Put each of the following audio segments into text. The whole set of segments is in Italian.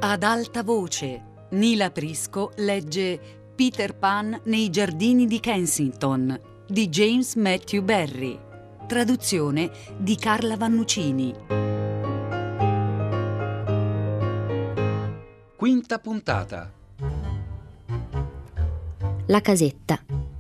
Ad alta voce, Nila Prisco legge Peter Pan nei giardini di Kensington di James Matthew Barrie. Traduzione di Carla Vannucini. Quinta puntata. La casetta.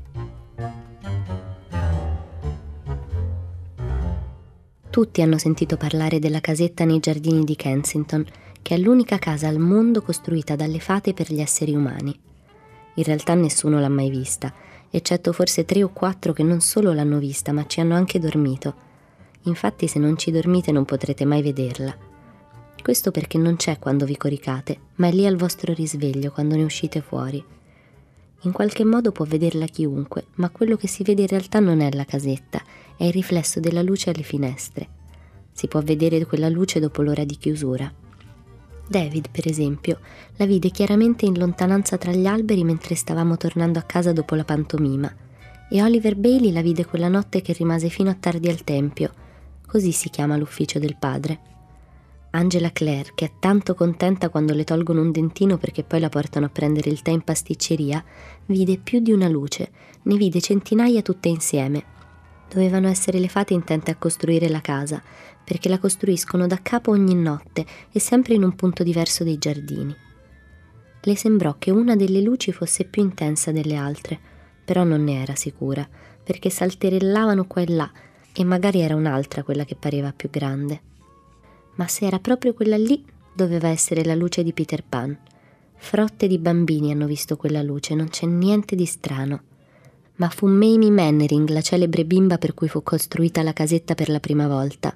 Tutti hanno sentito parlare della casetta nei giardini di Kensington, che è l'unica casa al mondo costruita dalle fate per gli esseri umani. In realtà nessuno l'ha mai vista, eccetto forse 3 o 4 che non solo l'hanno vista, ma ci hanno anche dormito. Infatti, se non ci dormite non potrete mai vederla. Questo perché non c'è quando vi coricate, ma è lì al vostro risveglio quando ne uscite fuori. In qualche modo può vederla chiunque, ma quello che si vede in realtà non è la casetta, è il riflesso della luce alle finestre. Si può vedere quella luce dopo l'ora di chiusura. David, per esempio, la vide chiaramente in lontananza tra gli alberi mentre stavamo tornando a casa dopo la pantomima, e Oliver Bailey la vide quella notte che rimase fino a tardi al tempio, così si chiama l'ufficio del padre. Angela Clare, che è tanto contenta quando le tolgono un dentino perché poi la portano a prendere il tè in pasticceria, vide più di una luce, ne vide centinaia tutte insieme. Dovevano essere le fate intente a costruire la casa, perché la costruiscono da capo ogni notte e sempre in un punto diverso dei giardini. Le sembrò che una delle luci fosse più intensa delle altre, però non ne era sicura, perché salterellavano qua e là, e magari era un'altra quella che pareva più grande. Ma se era proprio quella lì, doveva essere la luce di Peter Pan. Frotte di bambini hanno visto quella luce, non c'è niente di strano. Ma fu Mamie Mannering, la celebre bimba per cui fu costruita la casetta per la prima volta.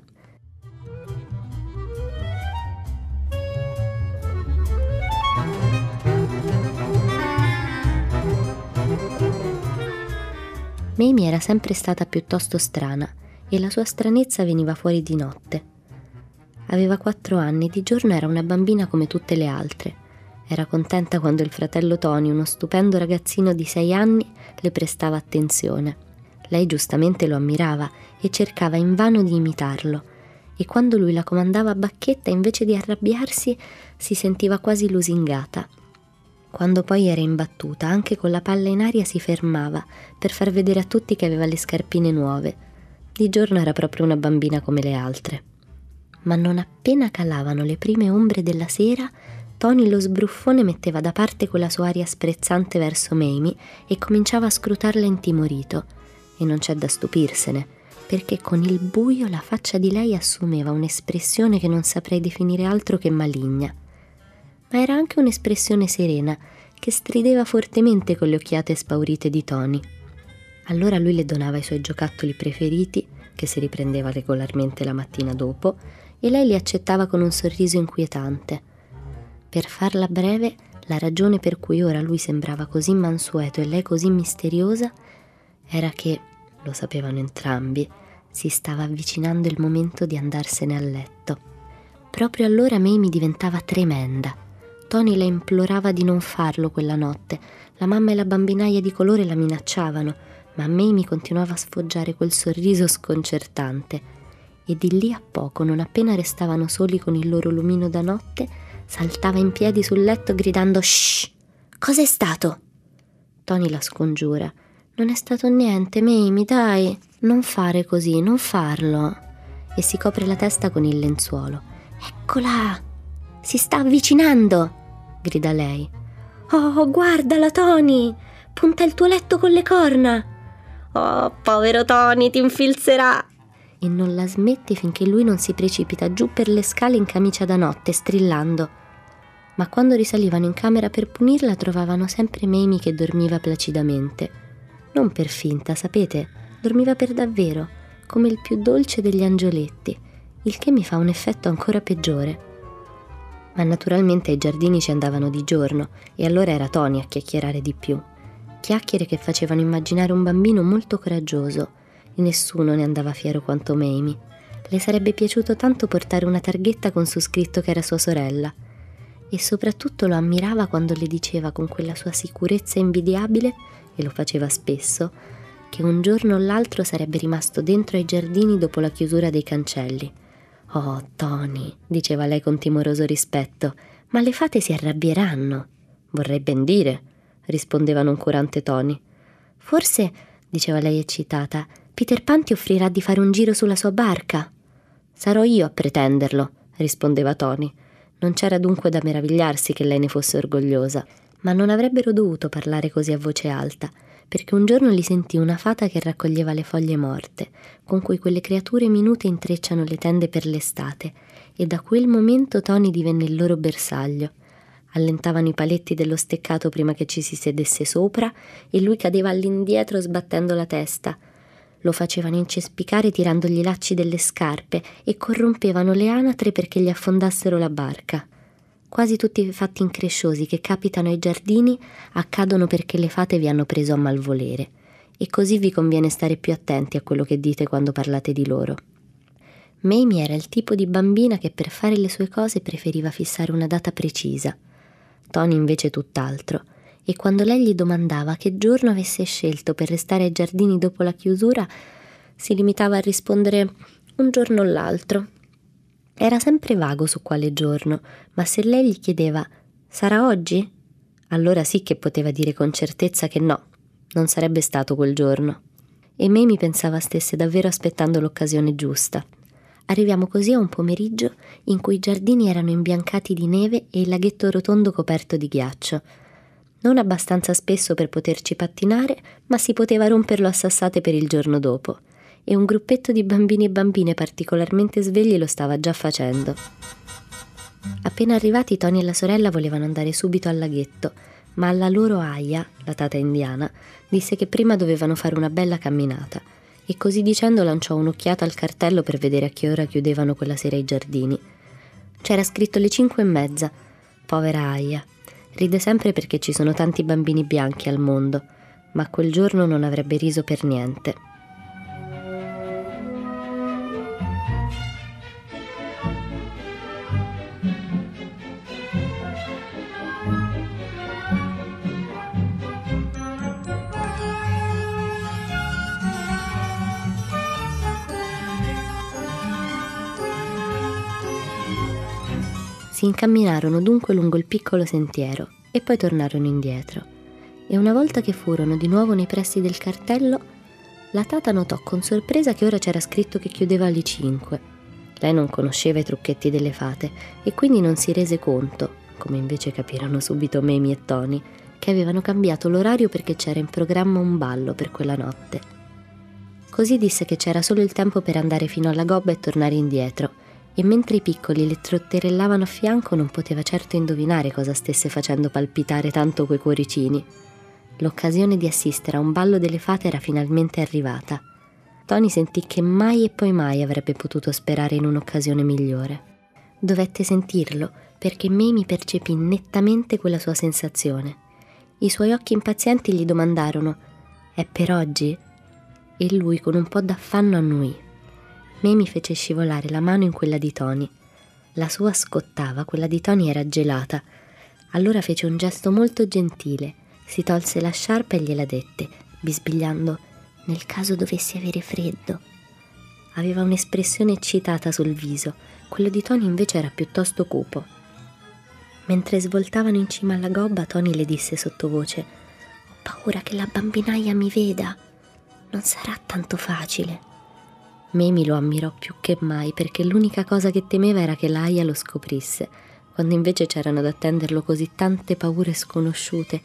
Mamie era sempre stata piuttosto strana e la sua stranezza veniva fuori di notte. Aveva 4 anni e di giorno era una bambina come tutte le altre. Era contenta quando il fratello Tony, uno stupendo ragazzino di 6 anni, le prestava attenzione. Lei giustamente lo ammirava e cercava invano di imitarlo, e quando lui la comandava a bacchetta, invece di arrabbiarsi, si sentiva quasi lusingata. Quando poi era imbattuta, anche con la palla in aria si fermava per far vedere a tutti che aveva le scarpine nuove. Di giorno era proprio una bambina come le altre. Ma non appena calavano le prime ombre della sera, Tony lo sbruffone metteva da parte quella sua aria sprezzante verso Mamie e cominciava a scrutarla intimorito. E non c'è da stupirsene, perché con il buio la faccia di lei assumeva un'espressione che non saprei definire altro che maligna. Ma era anche un'espressione serena, che strideva fortemente con le occhiate spaurite di Tony. Allora lui le donava i suoi giocattoli preferiti, che si riprendeva regolarmente la mattina dopo, e lei li accettava con un sorriso inquietante. Per farla breve, la ragione per cui ora lui sembrava così mansueto e lei così misteriosa era che, lo sapevano entrambi, si stava avvicinando il momento di andarsene a letto. Proprio allora Mamie diventava tremenda. Tony la implorava di non farlo quella notte. La mamma e la bambinaia di colore la minacciavano, ma Mamie continuava a sfoggiare quel sorriso sconcertante. E di lì a poco, non appena restavano soli con il loro lumino da notte, saltava in piedi sul letto gridando «Shh! Cos'è stato?» Tony la scongiura. «Non è stato niente, Mamie, dai! Non fare così, non farlo!» E si copre la testa con il lenzuolo. «Eccola! Si sta avvicinando!» grida lei. «Oh, guardala, Tony! Punta il tuo letto con le corna!» «Oh, povero Tony, ti infilzerà!» E non la smette finché lui non si precipita giù per le scale in camicia da notte, strillando. Ma quando risalivano in camera per punirla, trovavano sempre Mamie che dormiva placidamente. Non per finta, sapete? Dormiva per davvero, come il più dolce degli angioletti, il che mi fa un effetto ancora peggiore. Ma naturalmente ai giardini ci andavano di giorno, e allora era Tony a chiacchierare di più. Chiacchiere che facevano immaginare un bambino molto coraggioso, e nessuno ne andava fiero quanto Mamie. Le sarebbe piaciuto tanto portare una targhetta con su scritto che era sua sorella, e soprattutto lo ammirava quando le diceva con quella sua sicurezza invidiabile, e lo faceva spesso, che un giorno o l'altro sarebbe rimasto dentro ai giardini dopo la chiusura dei cancelli. «Oh, Tony», diceva lei con timoroso rispetto, Ma le fate si arrabbieranno. Vorrei ben dire, rispondeva noncurante Tony. Forse, diceva lei eccitata, Peter Pan ti offrirà di fare un giro sulla sua barca. Sarò io a pretenderlo, rispondeva Tony. Non c'era dunque da meravigliarsi che lei ne fosse orgogliosa, ma non avrebbero dovuto parlare così a voce alta, perché un giorno li sentì una fata che raccoglieva le foglie morte, con cui quelle creature minute intrecciano le tende per l'estate, e da quel momento Tony divenne il loro bersaglio. Allentavano i paletti dello steccato prima che ci si sedesse sopra e lui cadeva all'indietro sbattendo la testa. Lo facevano incespicare tirandogli i lacci delle scarpe e corrompevano le anatre perché gli affondassero la barca. Quasi tutti i fatti incresciosi che capitano ai giardini accadono perché le fate vi hanno preso a malvolere, e così vi conviene stare più attenti a quello che dite quando parlate di loro. Mamie era il tipo di bambina che per fare le sue cose preferiva fissare una data precisa. Tony invece tutt'altro, e quando lei gli domandava che giorno avesse scelto per restare ai giardini dopo la chiusura, si limitava a rispondere un giorno o l'altro. Era sempre vago su quale giorno, ma se lei gli chiedeva «Sarà oggi?», allora sì che poteva dire con certezza che no, non sarebbe stato quel giorno. E Mamie pensava stesse davvero aspettando l'occasione giusta. Arriviamo così a un pomeriggio in cui i giardini erano imbiancati di neve e il laghetto rotondo coperto di ghiaccio. Non abbastanza spesso per poterci pattinare, ma si poteva romperlo a sassate per il giorno dopo, e un gruppetto di bambini e bambine particolarmente svegli lo stava già facendo. Appena arrivati, Tony e la sorella volevano andare subito al laghetto, ma alla loro aia, la tata indiana, disse che prima dovevano fare una bella camminata, e così dicendo lanciò un'occhiata al cartello per vedere a che ora chiudevano quella sera i giardini. C'era scritto le 5:30. Povera aia. Ride sempre perché ci sono tanti bambini bianchi al mondo, ma quel giorno non avrebbe riso per niente. Si incamminarono dunque lungo il piccolo sentiero e poi tornarono indietro. E una volta che furono di nuovo nei pressi del cartello, la tata notò con sorpresa che ora c'era scritto che chiudeva alle 5. Lei non conosceva i trucchetti delle fate e quindi non si rese conto, come invece capirono subito Mamie e Tony, che avevano cambiato l'orario perché c'era in programma un ballo per quella notte. Così disse che c'era solo il tempo per andare fino alla gobba e tornare indietro, e mentre i piccoli le trotterellavano a fianco non poteva certo indovinare cosa stesse facendo palpitare tanto quei cuoricini. L'occasione di assistere a un ballo delle fate era finalmente arrivata. Tony sentì che mai e poi mai avrebbe potuto sperare in un'occasione migliore. Dovette sentirlo perché Mamie percepì nettamente quella sua sensazione. I suoi occhi impazienti gli domandarono «È per oggi?» E lui con un po' d'affanno annuì. Mamie fece scivolare la mano in quella di Tony. La sua scottava, quella di Tony era gelata. Allora fece un gesto molto gentile, si tolse la sciarpa e gliela dette, bisbigliando «Nel caso dovessi avere freddo». Aveva un'espressione eccitata sul viso, quello di Tony invece era piuttosto cupo. Mentre svoltavano in cima alla gobba, Tony le disse sottovoce «Ho paura che la bambinaia mi veda, non sarà tanto facile». Mamie lo ammirò più che mai perché l'unica cosa che temeva era che l'aia lo scoprisse, quando invece c'erano da attenderlo così tante paure sconosciute.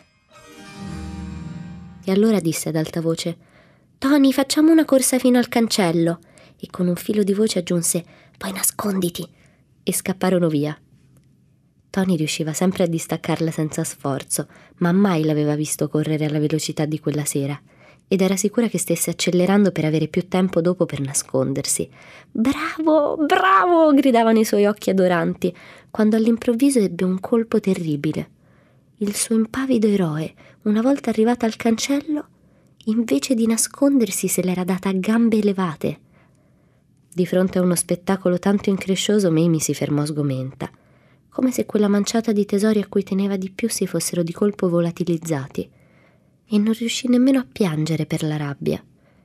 E allora disse ad alta voce «Tony, facciamo una corsa fino al cancello», e con un filo di voce aggiunse «Poi nasconditi», e scapparono via. Tony riusciva sempre a distaccarla senza sforzo, ma mai l'aveva visto correre alla velocità di quella sera, ed era sicura che stesse accelerando per avere più tempo dopo per nascondersi. «Bravo, bravo!» gridavano i suoi occhi adoranti, quando all'improvviso ebbe un colpo terribile. Il suo impavido eroe, una volta arrivata al cancello, invece di nascondersi se l'era data a gambe elevate. Di fronte a uno spettacolo tanto increscioso, Mamie si fermò sgomenta, come se quella manciata di tesori a cui teneva di più si fossero di colpo volatilizzati, e non riuscì nemmeno a piangere per la rabbia.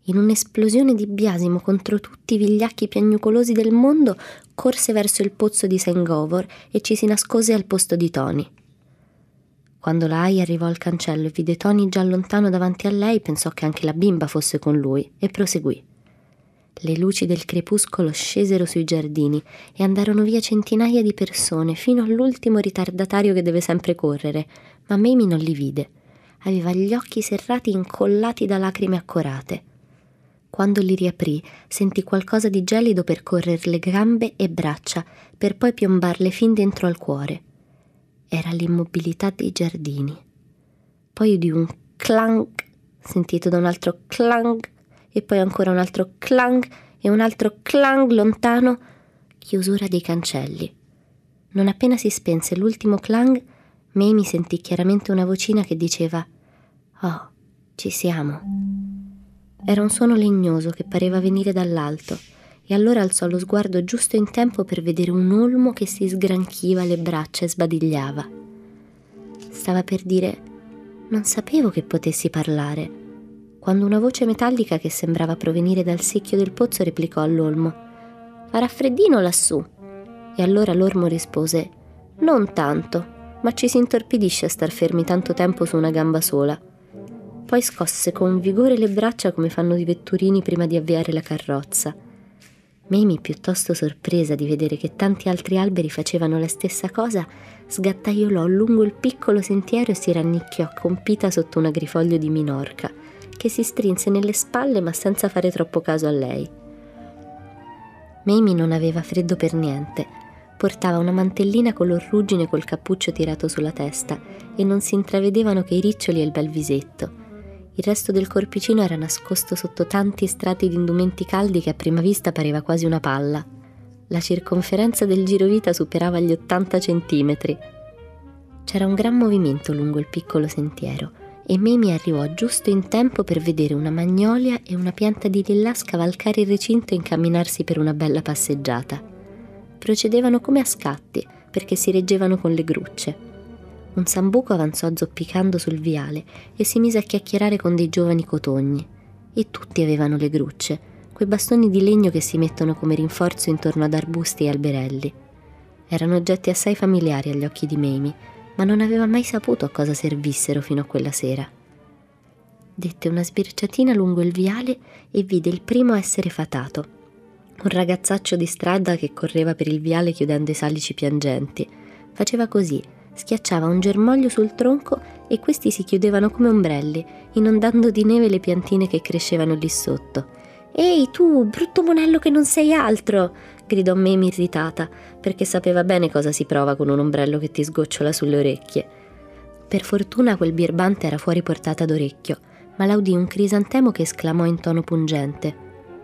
In un'esplosione di biasimo contro tutti i vigliacchi piagnucolosi del mondo, corse verso il pozzo di St. Govor e ci si nascose al posto di Tony. Quando la Ai arrivò al cancello e vide Tony già lontano davanti a lei, pensò che anche la bimba fosse con lui e proseguì. Le luci del crepuscolo scesero sui giardini e andarono via centinaia di persone, fino all'ultimo ritardatario che deve sempre correre, ma Mamie non li vide. Aveva gli occhi serrati incollati da lacrime accorate. Quando li riaprì, sentì qualcosa di gelido percorrere gambe e braccia, per poi piombarle fin dentro al cuore. Era l'immobilità dei giardini. Poi udì un clank, sentito da un altro clank, e poi ancora un altro clank e un altro clank lontano, chiusura dei cancelli. Non appena si spense l'ultimo clank, Mamie sentì chiaramente una vocina che diceva «Oh, ci siamo». Era un suono legnoso che pareva venire dall'alto, e allora alzò lo sguardo giusto in tempo per vedere un olmo che si sgranchiva le braccia e sbadigliava. Stava per dire «Non sapevo che potessi parlare», quando una voce metallica che sembrava provenire dal secchio del pozzo replicò all'olmo «Farà freddino lassù». E allora l'ormo rispose «Non tanto, ma ci si intorpidisce a star fermi tanto tempo su una gamba sola». Poi scosse con vigore le braccia come fanno i vetturini prima di avviare la carrozza. Mamie, piuttosto sorpresa di vedere che tanti altri alberi facevano la stessa cosa, sgattaiolò lungo il piccolo sentiero e si rannicchiò compita sotto un agrifoglio di minorca, che si strinse nelle spalle ma senza fare troppo caso a lei. Mamie non aveva freddo per niente. Portava una mantellina color ruggine col cappuccio tirato sulla testa e non si intravedevano che i riccioli e il bel visetto. Il resto del corpicino era nascosto sotto tanti strati di indumenti caldi che a prima vista pareva quasi una palla. La circonferenza del girovita superava gli 80 centimetri. C'era un gran movimento lungo il piccolo sentiero e Mamie arrivò giusto in tempo per vedere una magnolia e una pianta di lillà scavalcare il recinto e incamminarsi per una bella passeggiata. Procedevano come a scatti, perché si reggevano con le grucce. Un sambuco avanzò zoppicando sul viale e si mise a chiacchierare con dei giovani cotogni. E tutti avevano le grucce, quei bastoni di legno che si mettono come rinforzo intorno ad arbusti e alberelli. Erano oggetti assai familiari agli occhi di Mamie, ma non aveva mai saputo a cosa servissero fino a quella sera. Dette una sbirciatina lungo il viale e vide il primo essere fatato. Un ragazzaccio di strada che correva per il viale chiudendo i salici piangenti. Faceva così, schiacciava un germoglio sul tronco e questi si chiudevano come ombrelli, inondando di neve le piantine che crescevano lì sotto. «Ehi tu, brutto monello che non sei altro!» gridò Mamie irritata, perché sapeva bene cosa si prova con un ombrello che ti sgocciola sulle orecchie. Per fortuna quel birbante era fuori portata d'orecchio, ma la udì un crisantemo che esclamò in tono pungente: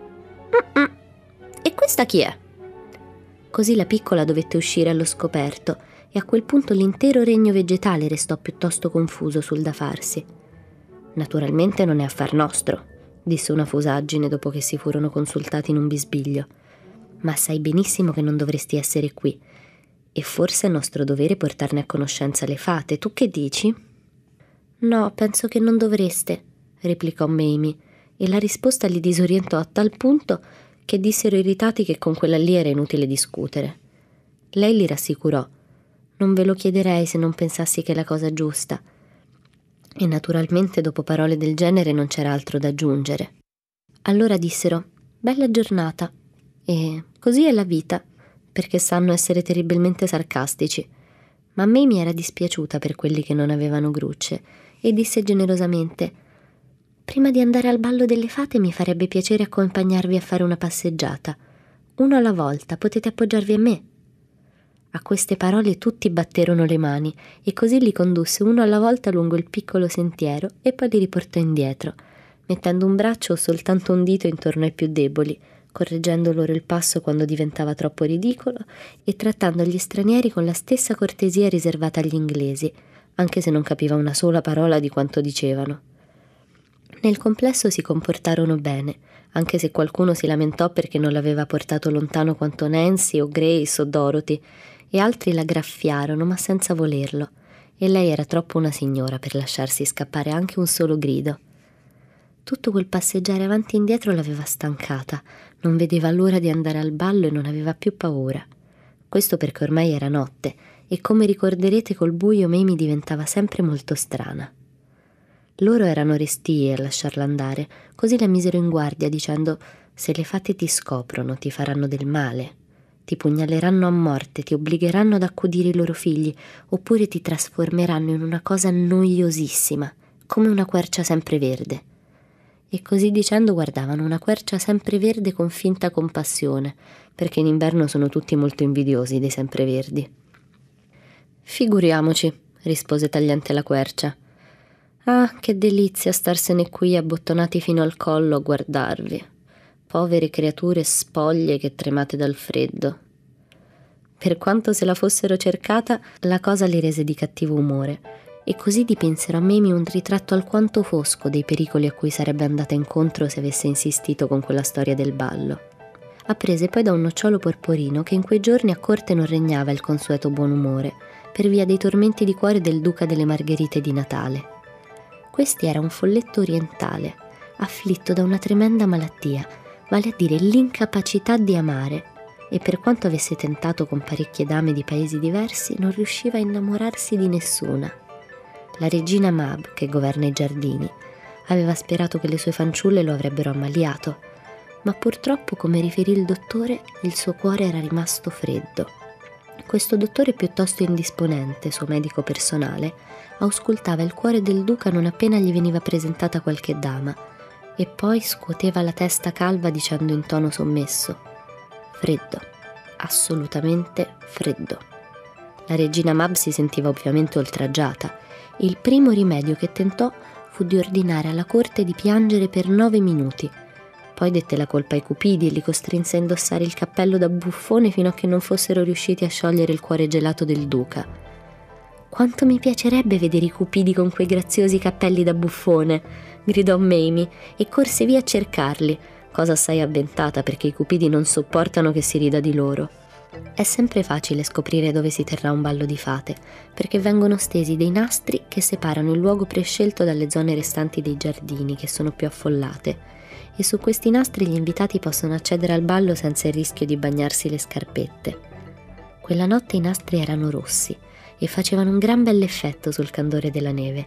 «E questa chi è?» Così la piccola dovette uscire allo scoperto e a quel punto l'intero regno vegetale restò piuttosto confuso sul da farsi. «Naturalmente non è affar nostro», disse una fusaggine dopo che si furono consultati in un bisbiglio, «ma sai benissimo che non dovresti essere qui e forse è nostro dovere portarne a conoscenza le fate. Tu che dici?» «No, penso che non dovreste», replicò Mamie, e la risposta li disorientò a tal punto che dissero irritati che con quella lì era inutile discutere. Lei li rassicurò: «Non ve lo chiederei se non pensassi che è la cosa giusta». E naturalmente dopo parole del genere non c'era altro da aggiungere. Allora dissero: «Bella giornata», e «Così è la vita», perché sanno essere terribilmente sarcastici. Ma Mamie era dispiaciuta per quelli che non avevano grucce e disse generosamente: «Prima di andare al ballo delle fate mi farebbe piacere accompagnarvi a fare una passeggiata. Uno alla volta, potete appoggiarvi a me». A queste parole tutti batterono le mani e così li condusse uno alla volta lungo il piccolo sentiero e poi li riportò indietro, mettendo un braccio o soltanto un dito intorno ai più deboli, correggendo loro il passo quando diventava troppo ridicolo e trattando gli stranieri con la stessa cortesia riservata agli inglesi, anche se non capiva una sola parola di quanto dicevano. Nel complesso si comportarono bene, anche se qualcuno si lamentò perché non l'aveva portato lontano quanto Nancy o Grace o Dorothy, e altri la graffiarono ma senza volerlo, e lei era troppo una signora per lasciarsi scappare anche un solo grido. Tutto quel passeggiare avanti e indietro l'aveva stancata, non vedeva l'ora di andare al ballo e non aveva più paura. Questo perché ormai era notte e, come ricorderete, col buio Mamie diventava sempre molto strana. Loro erano restii a lasciarla andare, così la misero in guardia dicendo: «Se le fate ti scoprono, ti faranno del male, ti pugnaleranno a morte, ti obbligheranno ad accudire i loro figli, oppure ti trasformeranno in una cosa noiosissima, come una quercia sempreverde». E così dicendo guardavano una quercia sempreverde con finta compassione, perché in inverno sono tutti molto invidiosi dei sempreverdi. «Figuriamoci», rispose tagliente la quercia. «Ah, che delizia starsene qui abbottonati fino al collo a guardarvi. Povere creature spoglie che tremate dal freddo». Per quanto se la fossero cercata, la cosa li rese di cattivo umore, e così dipinsero a Mamie un ritratto alquanto fosco dei pericoli a cui sarebbe andata incontro se avesse insistito con quella storia del ballo. Apprese poi da un nocciolo porporino che in quei giorni a corte non regnava il consueto buon umore, per via dei tormenti di cuore del duca delle Margherite di Natale. Questi era un folletto orientale, afflitto da una tremenda malattia, vale a dire l'incapacità di amare, e per quanto avesse tentato con parecchie dame di paesi diversi, non riusciva a innamorarsi di nessuna. La regina Mab, che governa i giardini, aveva sperato che le sue fanciulle lo avrebbero ammaliato, ma purtroppo, come riferì il dottore, il suo cuore era rimasto freddo. Questo dottore piuttosto indisponente, suo medico personale, auscultava il cuore del duca non appena gli veniva presentata qualche dama, e poi scuoteva la testa calva dicendo in tono sommesso: «Freddo, assolutamente freddo». La regina Mab si sentiva ovviamente oltraggiata. Il primo rimedio che tentò fu di ordinare alla corte di piangere per 9 minuti. Poi dette la colpa ai cupidi e li costrinse a indossare il cappello da buffone fino a che non fossero riusciti a sciogliere il cuore gelato del duca. «Quanto mi piacerebbe vedere i cupidi con quei graziosi cappelli da buffone!» gridò Mamie e corse via a cercarli, cosa assai avventata perché i cupidi non sopportano che si rida di loro. È sempre facile scoprire dove si terrà un ballo di fate, perché vengono stesi dei nastri che separano il luogo prescelto dalle zone restanti dei giardini, che sono più affollate, e su questi nastri gli invitati possono accedere al ballo senza il rischio di bagnarsi le scarpette. Quella notte i nastri erano rossi e facevano un gran bell'effetto sul candore della neve.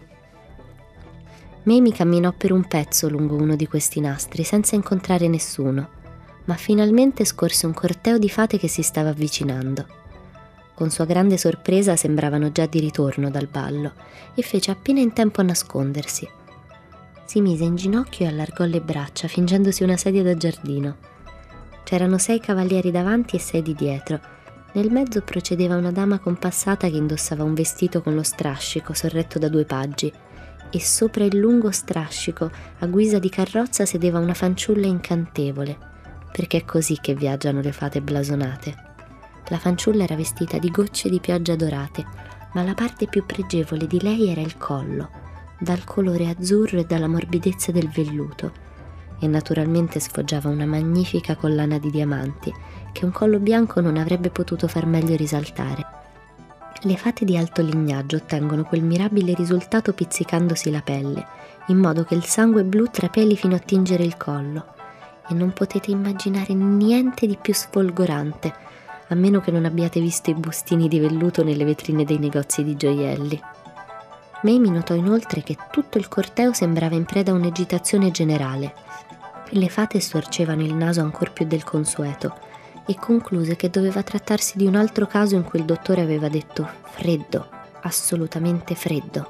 Mamie camminò per un pezzo lungo uno di questi nastri senza incontrare nessuno, ma finalmente scorse un corteo di fate che si stava avvicinando. Con sua grande sorpresa sembravano già di ritorno dal ballo e fece appena in tempo a nascondersi. Si mise in ginocchio e allargò le braccia fingendosi una sedia da giardino. C'erano 6 cavalieri davanti e 6 di dietro. Nel mezzo procedeva una dama compassata che indossava un vestito con lo strascico sorretto da 2 paggi, e sopra il lungo strascico, a guisa di carrozza, sedeva una fanciulla incantevole, perché è così che viaggiano le fate blasonate. La fanciulla era vestita di gocce di pioggia dorate, ma la parte più pregevole di lei era il collo, dal colore azzurro e dalla morbidezza del velluto, e naturalmente sfoggiava una magnifica collana di diamanti che un collo bianco non avrebbe potuto far meglio risaltare. Le fate di alto lignaggio ottengono quel mirabile risultato pizzicandosi la pelle, in modo che il sangue blu trapeli fino a tingere il collo, e non potete immaginare niente di più sfolgorante, a meno che non abbiate visto i bustini di velluto nelle vetrine dei negozi di gioielli. Mamie notò inoltre che tutto il corteo sembrava in preda a un'agitazione generale. Le fate storcevano il naso ancor più del consueto e concluse che doveva trattarsi di un altro caso in cui il dottore aveva detto freddo, assolutamente freddo.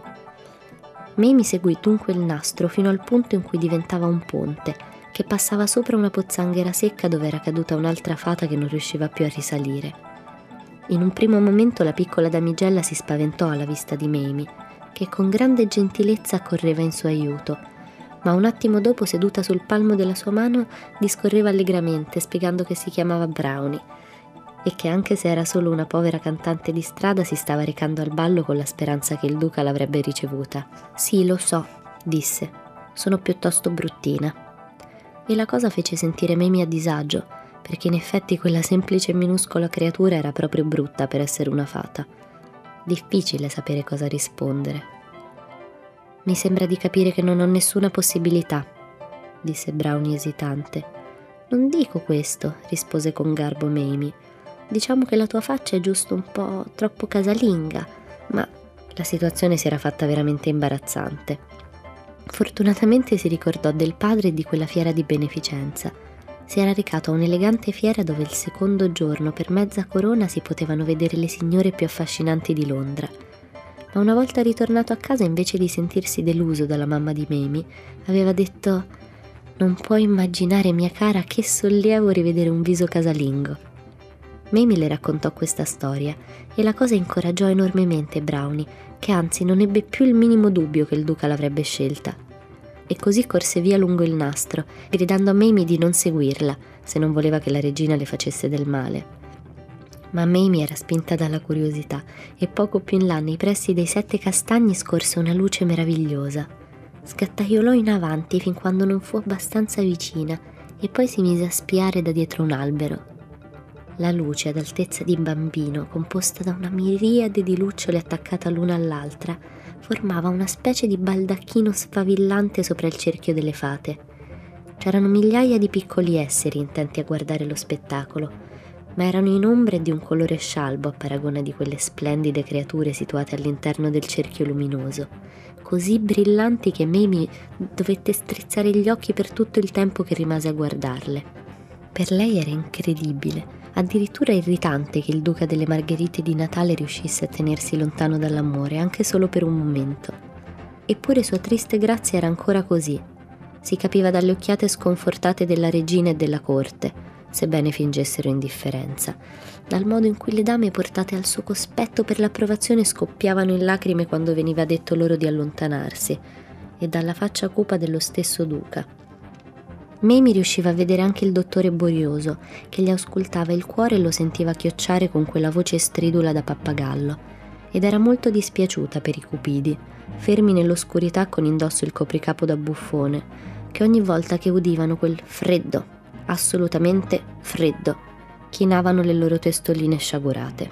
Mamie seguì dunque il nastro fino al punto in cui diventava un ponte che passava sopra una pozzanghera secca dove era caduta un'altra fata che non riusciva più a risalire. In un primo momento la piccola damigella si spaventò alla vista di Mamie, che con grande gentilezza accorreva in suo aiuto, ma un attimo dopo, seduta sul palmo della sua mano, discorreva allegramente spiegando che si chiamava Brownie e che anche se era solo una povera cantante di strada si stava recando al ballo con la speranza che il duca l'avrebbe ricevuta. «Sì, lo so», disse, «sono piuttosto bruttina». E la cosa fece sentire Mamie a disagio, perché in effetti quella semplice e minuscola creatura era proprio brutta per essere una fata. Difficile sapere cosa rispondere. «Mi sembra di capire che non ho nessuna possibilità», disse Brownie esitante. Non dico questo, rispose con garbo Mamie. Diciamo che la tua faccia è giusto un po' troppo casalinga, ma la situazione si era fatta veramente imbarazzante. Fortunatamente si ricordò del padre e di quella fiera di beneficenza. Si era recato a un'elegante fiera dove il secondo giorno per mezza corona si potevano vedere le signore più affascinanti di Londra. Ma una volta ritornato a casa, invece di sentirsi deluso dalla mamma di Mamie, aveva detto: «Non puoi immaginare, mia cara, che sollievo rivedere un viso casalingo». Mamie le raccontò questa storia e la cosa incoraggiò enormemente Brownie, che anzi non ebbe più il minimo dubbio che il duca l'avrebbe scelta. E così corse via lungo il nastro, gridando a Mamie di non seguirla, se non voleva che la regina le facesse del male. Ma Mamie era spinta dalla curiosità e poco più in là, nei pressi dei 7 castagni, scorse una luce meravigliosa. Sgattaiolò in avanti fin quando non fu abbastanza vicina e poi si mise a spiare da dietro un albero. La luce, ad altezza di bambino, composta da una miriade di lucciole attaccate l'una all'altra, formava una specie di baldacchino sfavillante sopra il cerchio delle fate. C'erano migliaia di piccoli esseri intenti a guardare lo spettacolo, ma erano in ombre di un colore scialbo a paragone di quelle splendide creature situate all'interno del cerchio luminoso, così brillanti che Mamie dovette strizzare gli occhi per tutto il tempo che rimase a guardarle. Per lei era incredibile, addirittura irritante, che il duca delle Margherite di Natale riuscisse a tenersi lontano dall'amore anche solo per un momento. Eppure sua triste grazia era ancora così. Si capiva dalle occhiate sconfortate della regina e della corte, sebbene fingessero indifferenza, dal modo in cui le dame portate al suo cospetto per l'approvazione scoppiavano in lacrime quando veniva detto loro di allontanarsi, e dalla faccia cupa dello stesso duca. Mamie riusciva a vedere anche il dottore Borioso, che gli auscultava il cuore e lo sentiva chiocciare con quella voce stridula da pappagallo, ed era molto dispiaciuta per i cupidi, fermi nell'oscurità con indosso il copricapo da buffone, che ogni volta che udivano quel freddo, assolutamente freddo, chinavano le loro testoline sciagurate.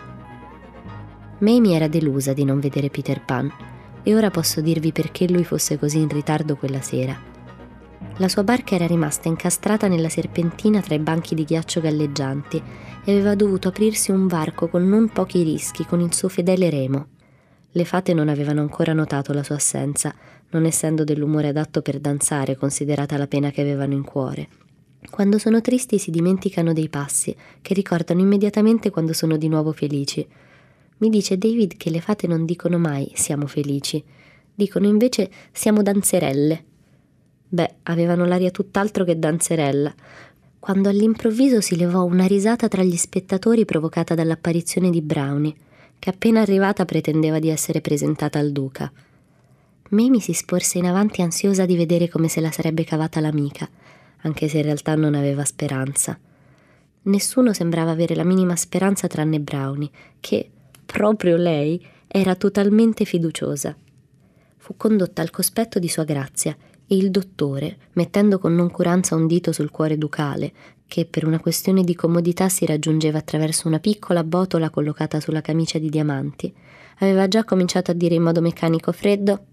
Mamie era delusa di non vedere Peter Pan, e ora posso dirvi perché lui fosse così in ritardo quella sera. La sua barca era rimasta incastrata nella serpentina tra i banchi di ghiaccio galleggianti e aveva dovuto aprirsi un varco con non pochi rischi con il suo fedele remo. Le fate non avevano ancora notato la sua assenza, non essendo dell'umore adatto per danzare, considerata la pena che avevano in cuore. Quando sono tristi si dimenticano dei passi, che ricordano immediatamente quando sono di nuovo felici. Mi dice David che le fate non dicono mai siamo felici, dicono invece siamo danzerelle. Beh, avevano l'aria tutt'altro che danzerella, quando all'improvviso si levò una risata tra gli spettatori provocata dall'apparizione di Brownie, che appena arrivata pretendeva di essere presentata al duca. Mamie si sporse in avanti ansiosa di vedere come se la sarebbe cavata l'amica, anche se in realtà non aveva speranza. Nessuno sembrava avere la minima speranza tranne Brownie, che, proprio lei, era totalmente fiduciosa. Fu condotta al cospetto di Sua Grazia e il dottore, mettendo con noncuranza un dito sul cuore ducale, che per una questione di comodità si raggiungeva attraverso una piccola botola collocata sulla camicia di diamanti, aveva già cominciato a dire in modo meccanico freddo,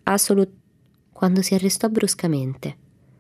quando si arrestò bruscamente.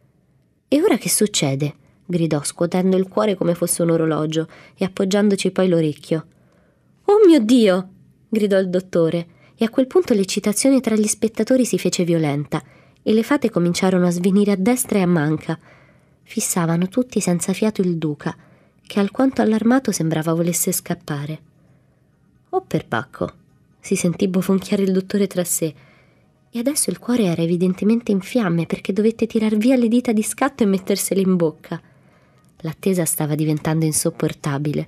«E ora che succede?» gridò, scuotendo il cuore come fosse un orologio e appoggiandoci poi l'orecchio. «Oh mio Dio!» gridò il dottore, e a quel punto l'eccitazione tra gli spettatori si fece violenta e le fate cominciarono a svenire a destra e a manca. Fissavano tutti senza fiato il duca, che alquanto allarmato sembrava volesse scappare. «Oh perbacco!» si sentì bofonchiare il dottore tra sé. E adesso il cuore era evidentemente in fiamme perché dovette tirar via le dita di scatto e mettersele in bocca. L'attesa stava diventando insopportabile.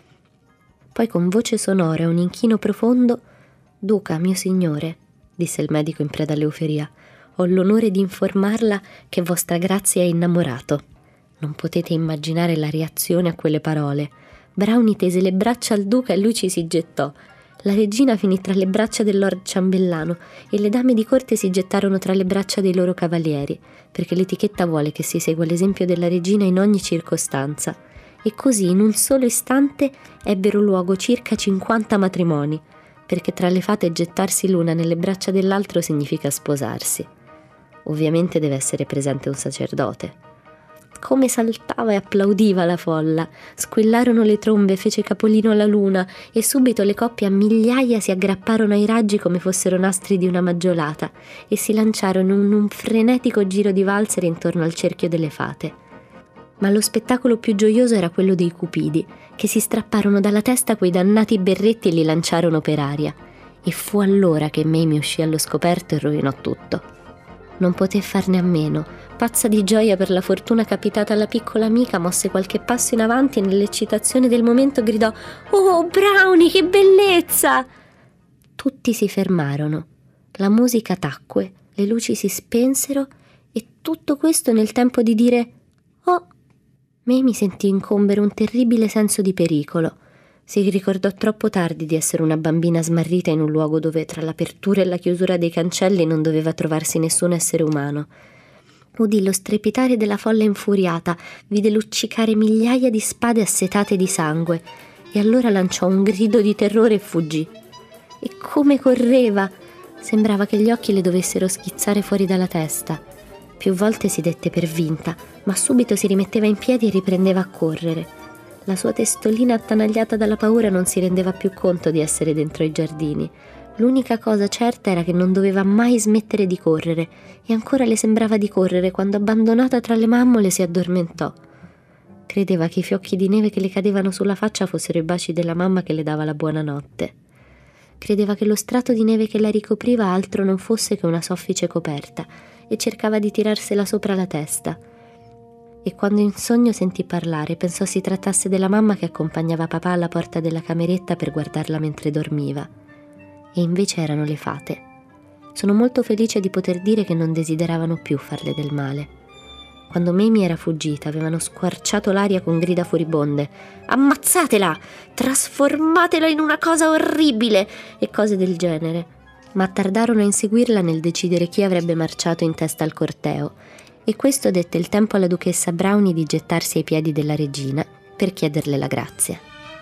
Poi con voce sonora e un inchino profondo: «Duca, mio signore», disse il medico in preda all'euforia, «ho l'onore di informarla che vostra grazia è innamorato». Non potete immaginare la reazione a quelle parole. Brownie tese le braccia al duca e lui ci si gettò. La regina finì tra le braccia del lord ciambellano e le dame di corte si gettarono tra le braccia dei loro cavalieri, perché l'etichetta vuole che si segua l'esempio della regina in ogni circostanza. E così in un solo istante ebbero luogo circa 50 matrimoni, perché tra le fate gettarsi l'una nelle braccia dell'altro significa sposarsi. Ovviamente deve essere presente un sacerdote. Come saltava e applaudiva la folla. Squillarono le trombe, fece capolino la luna e subito le coppie a migliaia si aggrapparono ai raggi come fossero nastri di una maggiolata e si lanciarono in un frenetico giro di valzer intorno al cerchio delle fate. Ma lo spettacolo più gioioso era quello dei cupidi, che si strapparono dalla testa quei dannati berretti e li lanciarono per aria. E fu allora che Mamie uscì allo scoperto e rovinò tutto. Non poté farne a meno. Pazza di gioia per la fortuna capitata alla piccola amica, mosse qualche passo in avanti e nell'eccitazione del momento gridò: «Oh, Brownie, che bellezza!» Tutti si fermarono. La musica tacque, le luci si spensero e tutto questo nel tempo di dire «Oh!». Mamie sentì incombere un terribile senso di pericolo. Si ricordò troppo tardi di essere una bambina smarrita in un luogo dove tra l'apertura e la chiusura dei cancelli non doveva trovarsi nessun essere umano. Udì lo strepitare della folla infuriata, vide luccicare migliaia di spade assetate di sangue e allora lanciò un grido di terrore e fuggì. E come correva! Sembrava che gli occhi le dovessero schizzare fuori dalla testa. Più volte si dette per vinta, ma subito si rimetteva in piedi e riprendeva a correre. La sua testolina attanagliata dalla paura non si rendeva più conto di essere dentro i giardini. L'unica cosa certa era che non doveva mai smettere di correre, e ancora le sembrava di correre quando, abbandonata tra le mammole, si addormentò. Credeva che i fiocchi di neve che le cadevano sulla faccia fossero i baci della mamma che le dava la buonanotte. Credeva che lo strato di neve che la ricopriva altro non fosse che una soffice coperta, e cercava di tirarsela sopra la testa. E quando in sogno sentì parlare, pensò si trattasse della mamma che accompagnava papà alla porta della cameretta per guardarla mentre dormiva. E invece erano le fate. Sono molto felice di poter dire che non desideravano più farle del male. Quando Mamie era fuggita, avevano squarciato l'aria con grida furibonde: «Ammazzatela! Trasformatela in una cosa orribile!» e cose del genere. Ma tardarono a inseguirla nel decidere chi avrebbe marciato in testa al corteo, e questo dette il tempo alla duchessa Brownie di gettarsi ai piedi della regina per chiederle la grazia.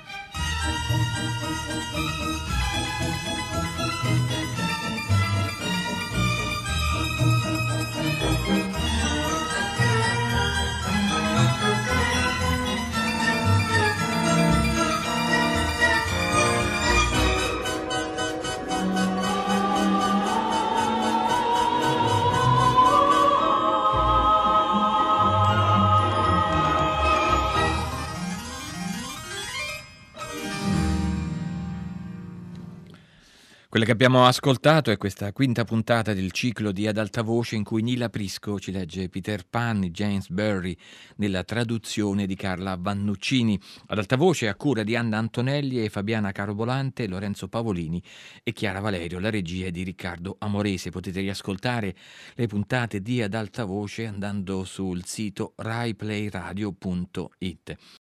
Quella che abbiamo ascoltato è questa quinta puntata del ciclo di Ad alta voce in cui Nila Prisco ci legge Peter Pan di James Barrie nella traduzione di Carla Vannuccini. Ad alta voce a cura di Anna Antonelli e Fabiana Carobolante, Lorenzo Pavolini e Chiara Valerio. La regia è di Riccardo Amorese. Potete riascoltare le puntate di Ad alta voce andando sul sito raiplayradio.it.